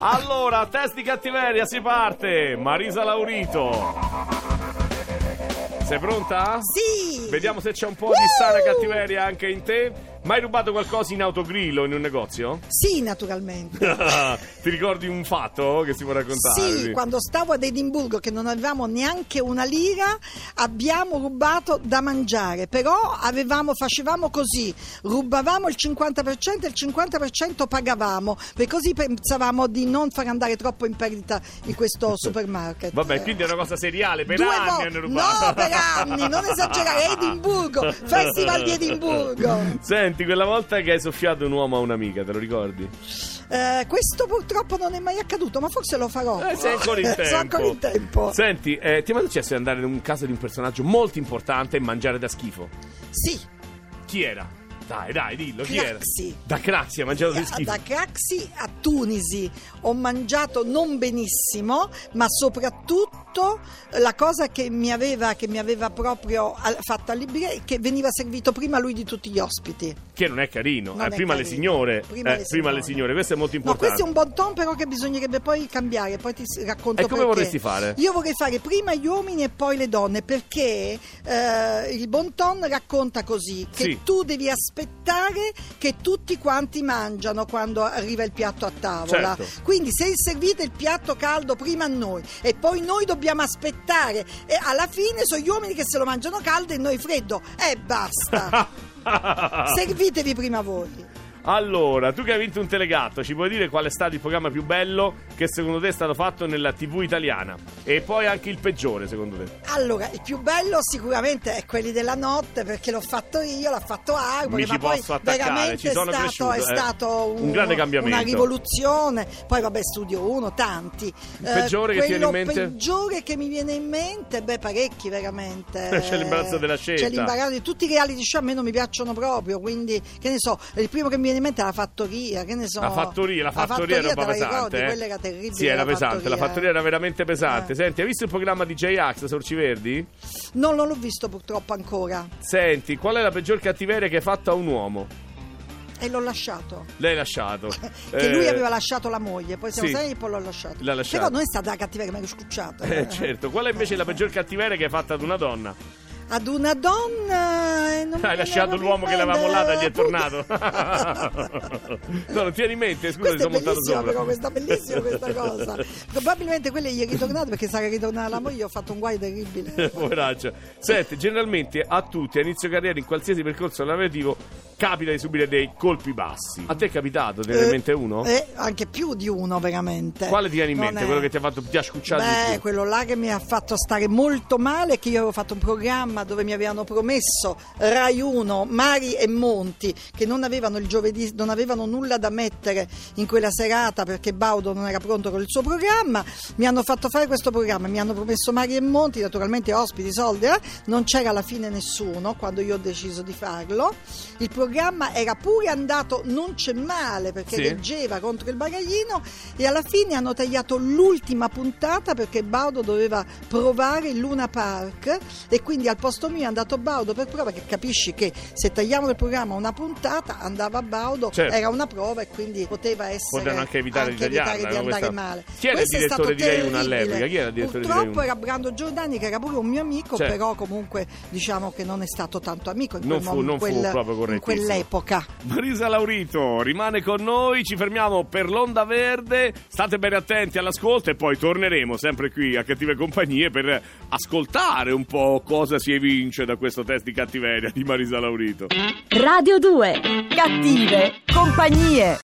Allora, test di cattiveria, si parte. Marisa Laurito, sei pronta? Sì! Vediamo se c'è un po' di sana cattiveria anche in te. Mai rubato qualcosa in autogrill o in un negozio? Sì, naturalmente. Ti ricordi un fatto che si può raccontare? Sì, quando stavo ad Edimburgo, che non avevamo neanche una lira, abbiamo rubato da mangiare. Però facevamo così: rubavamo il 50% e il 50% pagavamo, perché così pensavamo di non far andare troppo in perdita in questo supermarket. Vabbè, quindi è una cosa seriale, per anni hanno rubato. No, per anni, non esagerare. Edimburgo, Festival di Edimburgo. Senti, quella volta che hai soffiato un uomo a un'amica, te lo ricordi? Questo purtroppo non è mai accaduto, ma forse lo farò. Sei ancora in tempo. Sono ancora in tempo. Senti, ti è mai successo di andare in casa di un personaggio molto importante e mangiare da schifo? Sì. Chi era? Dai, dillo, chi Craxi. era? Da Craxi ha mangiato di schifo? Da Craxi a Tunisi ho mangiato non benissimo, ma soprattutto la cosa che mi aveva proprio fatto allibire è che veniva servito prima lui di tutti gli ospiti. Che non è carino, Non è prima carino. le signore. Prima le signore, questo è molto No, importante. questo è un bon ton però che bisognerebbe poi cambiare, poi ti racconto E come perché. vorresti fare? Io vorrei fare prima gli uomini e poi le donne, perché il bon ton racconta così, che Sì. tu devi aspettare che tutti quanti mangiano quando arriva il piatto a tavola. Certo. Quindi se servite il piatto caldo prima a noi e poi noi dobbiamo aspettare, e alla fine sono gli uomini che se lo mangiano caldo e noi freddo, basta. Servitevi prima voi. Allora, tu che hai vinto un telegatto, ci puoi dire qual è stato il programma più bello che secondo te è stato fatto nella TV italiana? E poi anche il peggiore, secondo te? Allora, il più bello sicuramente è quelli della notte, perché l'ho fatto io, l'ha fatto Arbore, Mi ci ma poi posso attaccare, veramente ci sono cresciuto, è stato un grande cambiamento. una rivoluzione. Poi vabbè, Studio 1, tanti. Il peggiore che ti viene in mente? Il peggiore che mi viene in mente, parecchi veramente. C'è l'imbarazzo della scelta. C'è l'imbarazzo di tutti i reality show, a me non mi piacciono proprio, quindi che ne so, il primo che mi viene in mente è La Fattoria, che ne so. La fattoria è roba pesante, quella era terribile. Sì, era pesante, la fattoria era veramente pesante. Senti, hai visto il programma di J-Ax, Sorci Verdi? No, non l'ho visto purtroppo ancora. Senti, qual è la peggior cattiveria che hai fatto a un uomo? E l'ho lasciato. L'hai lasciato. Che lui aveva lasciato la moglie, poi siamo sì. stati e poi l'ho lasciato. L'ha lasciato. Però non è stata la cattiveria, mi ero scucciato. Certo, qual è invece la peggior cattiveria che hai fatto ad una donna? Ad una donna non hai lasciato l'uomo che l'aveva mollata e gli è tornato. No, non ti viene in mente, scusa, ti sono montato sopra. Però bellissima questa cosa. Probabilmente quella gli è ritornata, perché sa che ritornava la moglie, ho fatto un guaio terribile. Poveraccia. Senti, generalmente a tutti a inizio carriera in qualsiasi percorso lavorativo capita di subire dei colpi bassi. A te è capitato? Ti viene in mente uno? Anche più di uno, veramente. Quale ti viene in mente? Quello che ti ha scucciato di più? Quello là che mi ha fatto stare molto male, che io avevo fatto un programma dove mi avevano promesso Rai 1, Mari e Monti, che non avevano il giovedì, non avevano nulla da mettere in quella serata perché Baudo non era pronto con il suo programma. Mi hanno fatto fare questo programma, mi hanno promesso Mari e Monti, naturalmente ospiti, soldi, non c'era alla fine nessuno quando io ho deciso di farlo. Il programma era pure andato non c'è male, perché sì. reggeva contro il bagaglino, e alla fine hanno tagliato l'ultima puntata perché Baudo doveva provare il Luna Park, e quindi al posto mio è andato Baudo per prova, che capisci che se tagliamo il programma una puntata andava Baudo, certo. Era una prova e quindi poteva essere potevano anche evitare di andare male. Chi era il direttore di Rai 1 all'epoca? Chi era il direttore Purtroppo di Rai 1? era Brando Giordani, che era pure un mio amico, certo. Però comunque diciamo che non è stato tanto amico in non fu proprio correttissimo in quell'epoca. Marisa Laurito rimane con noi, ci fermiamo per l'Onda Verde, state bene attenti all'ascolto e poi torneremo sempre qui a Cattive Compagnie per ascoltare un po' cosa si evince da questo test di cattiveria di Marisa Laurito. Radio 2 Cattive Compagnie.